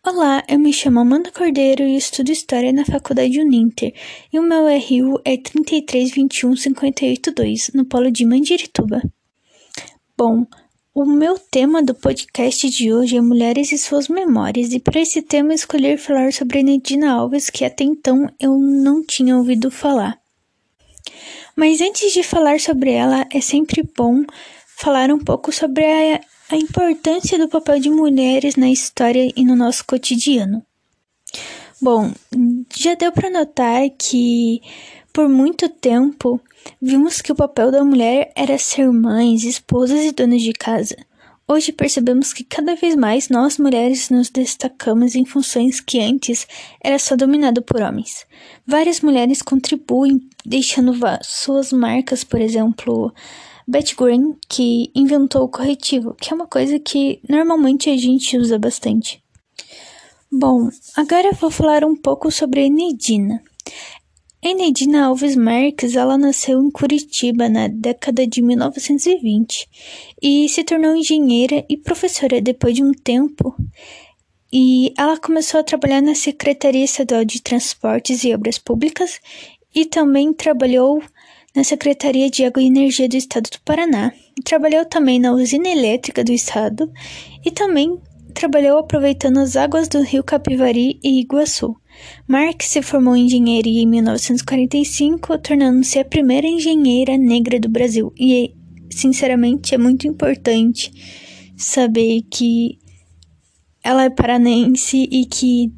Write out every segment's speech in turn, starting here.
Olá, eu me chamo Amanda Cordeiro e estudo História na Faculdade Uninter, e o meu RU é 3321582, no Polo de Mandirituba. Bom, o meu tema do podcast de hoje é Mulheres e Suas Memórias, e para esse tema eu escolhi falar sobre Enedina Alves, que até então eu não tinha ouvido falar. Mas antes de falar sobre ela, é sempre bom falar um pouco sobre a importância do papel de mulheres na história e no nosso cotidiano. Bom, já deu para notar que, por muito tempo, vimos que o papel da mulher era ser mães, esposas e donas de casa. Hoje percebemos que cada vez mais nós mulheres nos destacamos em funções que antes era só dominado por homens. Várias mulheres contribuem deixando suas marcas, por exemplo, Betty Green, que inventou o corretivo, que é uma coisa que normalmente a gente usa bastante. Bom, agora eu vou falar um pouco sobre a Enedina. Enedina Alves Marques, ela nasceu em Curitiba na década de 1920 e se tornou engenheira e professora depois de um tempo. E ela começou a trabalhar na Secretaria Estadual de Transportes e Obras Públicas e também trabalhou na Secretaria de Água e Energia do Estado do Paraná. Trabalhou também na usina elétrica do estado e também trabalhou aproveitando as águas do rio Capivari e Iguaçu. Marques se formou em engenharia em 1945, tornando-se a primeira engenheira negra do Brasil. E, sinceramente, é muito importante saber que ela é paranense e que,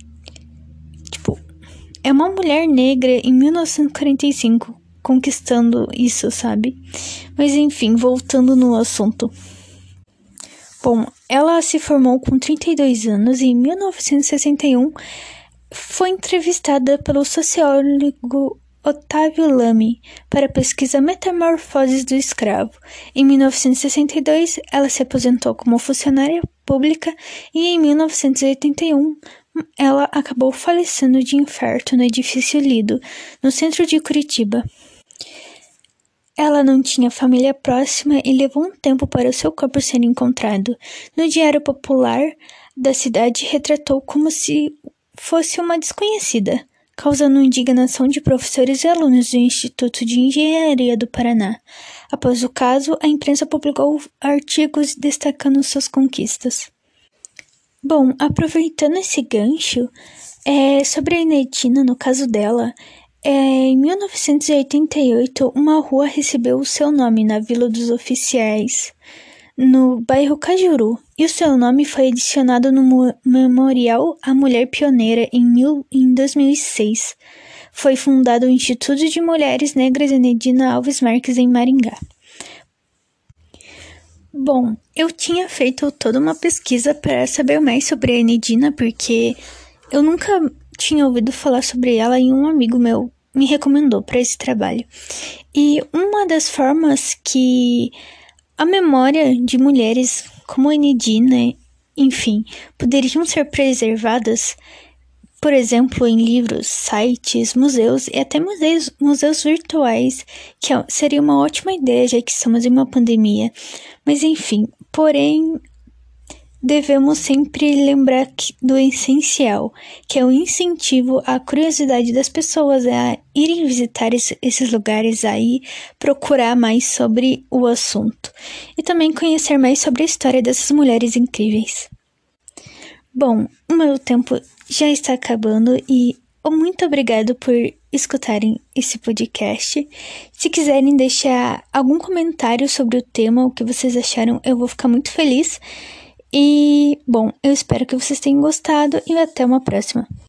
é uma mulher negra em 1945 conquistando isso, sabe? Mas, enfim, voltando no assunto. Bom, ela se formou com 32 anos e em 1961 foi entrevistada pelo sociólogo Otávio Lamy para a pesquisa Metamorfoses do Escravo. Em 1962, ela se aposentou como funcionária pública e em 1981 ela acabou falecendo de infarto no edifício Lido, no centro de Curitiba. Ela não tinha família próxima e levou um tempo para o seu corpo ser encontrado. No Diário Popular da cidade, retratou como se fosse uma desconhecida, causando indignação de professores e alunos do Instituto de Engenharia do Paraná. Após o caso, a imprensa publicou artigos destacando suas conquistas. Bom, aproveitando esse gancho, sobre a Enedina, no caso dela, em 1988, uma rua recebeu o seu nome na Vila dos Oficiais, no bairro Cajuru, e o seu nome foi adicionado no Memorial à Mulher Pioneira em 2006. Foi fundado o Instituto de Mulheres Negras Enedina Alves Marques em Maringá. Bom, eu tinha feito toda uma pesquisa para saber mais sobre a Enedina, porque eu nunca tinha ouvido falar sobre ela e um amigo meu me recomendou para esse trabalho. E uma das formas que a memória de mulheres como a Enedina, enfim, poderiam ser preservadas, por exemplo, em livros, sites, museus e até museus virtuais, que seria uma ótima ideia, já que estamos em uma pandemia. Mas enfim, porém, devemos sempre lembrar do essencial, que é o incentivo à curiosidade das pessoas a irem visitar esses lugares aí, procurar mais sobre o assunto e também conhecer mais sobre a história dessas mulheres incríveis. Bom, o meu tempo já está acabando e muito obrigado por escutarem esse podcast. Se quiserem deixar algum comentário sobre o tema, o que vocês acharam, eu vou ficar muito feliz. E, bom, eu espero que vocês tenham gostado e até uma próxima.